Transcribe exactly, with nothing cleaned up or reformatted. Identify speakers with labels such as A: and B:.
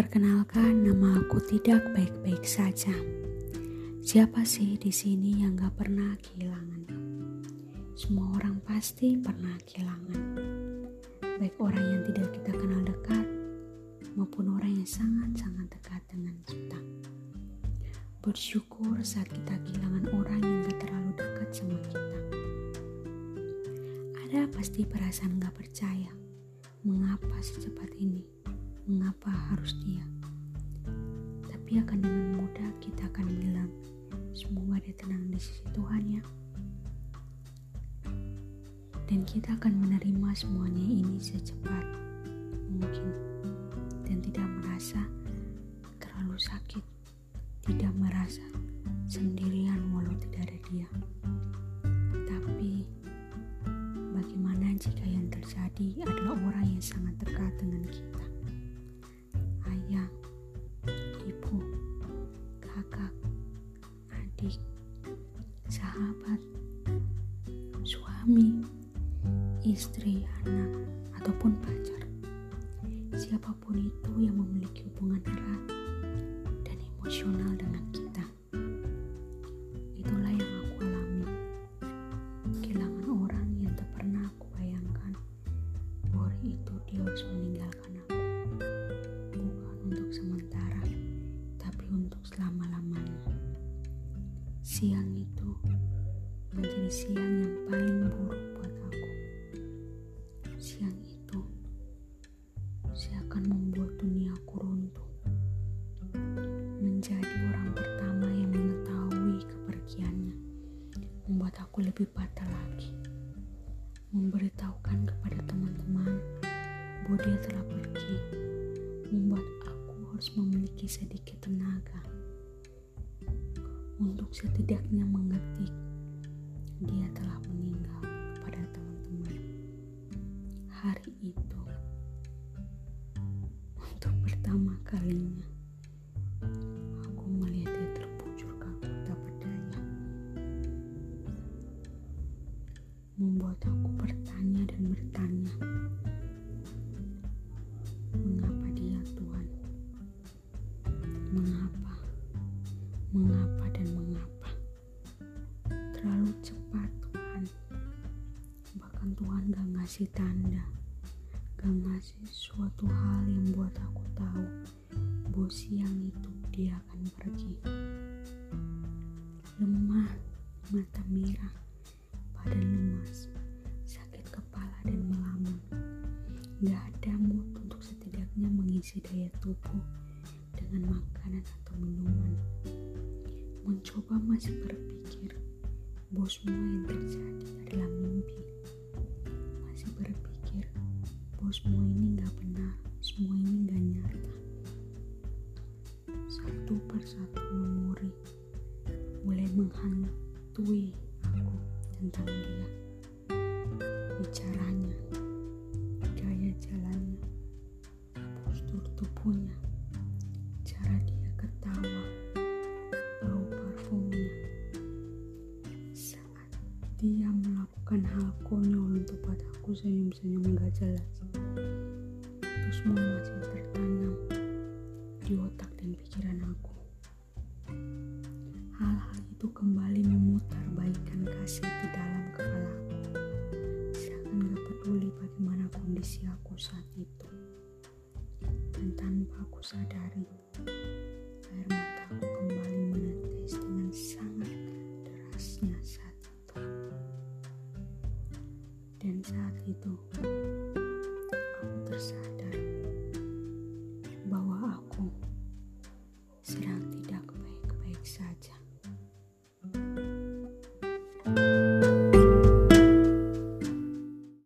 A: Perkenalkan, nama aku tidak baik-baik saja. Siapa sih di sini yang gak pernah kehilangan? Semua orang pasti pernah kehilangan. Baik orang yang tidak kita kenal dekat, maupun orang yang sangat-sangat dekat dengan kita. Bersyukur saat kita kehilangan orang yang gak terlalu dekat sama kita. Ada pasti perasaan gak percaya. Mengapa secepat ini? Mengapa harus dia? Tapi akan dengan mudah kita akan bilang, semoga dia tenang di sisi Tuhan ya. Dan kita akan menerima semuanya ini secepat mungkin. Dan tidak merasa terlalu sakit. Tidak merasa sendirian walau tidak ada dia. Tapi bagaimana jika yang terjadi adalah orang yang sangat dekat dengan kita? Ayah, ibu, kakak, adik, sahabat, suami, istri, anak, ataupun pacar. Siapapun itu yang memiliki hubungan erat dan emosional dengan kita. Itulah yang aku alami. Kehilangan orang yang tak pernah aku bayangkan bahwa itu dia harus meninggalkan aku. Bukan untuk sementara, tapi untuk selama-lamanya. Siang itu menjadi siang yang paling buruk buat aku. Siang itu seakan membuat duniaku runtuh. Menjadi orang pertama yang mengetahui kepergiannya membuat aku lebih patah lagi. Memberitahukan kepada teman-teman bahwa dia telah pergi membuat aku harus memiliki sedikit tenaga untuk setidaknya mengetik dia telah meninggal kepada teman-teman. Hari itu untuk pertama kalinya aku melihat dia terbujur kaku tak berdaya, membuat aku bertanya dan bertanya, mengapa dia Tuhan? Mengapa? Mengapa dan mengapa? Terlalu cepat Tuhan. Bahkan Tuhan gak ngasih tanda, gak ngasih suatu hal yang buat aku tahu bahwa siang itu dia akan pergi. Lemah, mata merah, badan lemas, sakit kepala dan melamun. Gak ada mood untuk setidaknya mengisi daya tubuh dengan makanan atau minuman. Mencoba masih berpikir bahwa semua yang terjadi adalah mimpi. Masih berpikir bahwa semua ini gak benar, semua ini gak nyata. Satu persatu memori mulai menghantui aku tentang dia. Bicaranya, gaya jalannya, postur tubuhnya, cara dia ketawa, bau parfumnya. Saat dia melakukan hal konyol untuk buat aku senyum-senyum gak jelas, itu semua masih tertanam di otak dan pikiran aku. Hal-hal itu kembali memutar baikan kasih di dalam kepala aku. Seakan gak peduli bagaimana kondisi aku saat itu. Dan tanpa aku sadari, air mataku kembali menetes dengan sangat derasnya saat itu. Dan saat itu, aku tersadar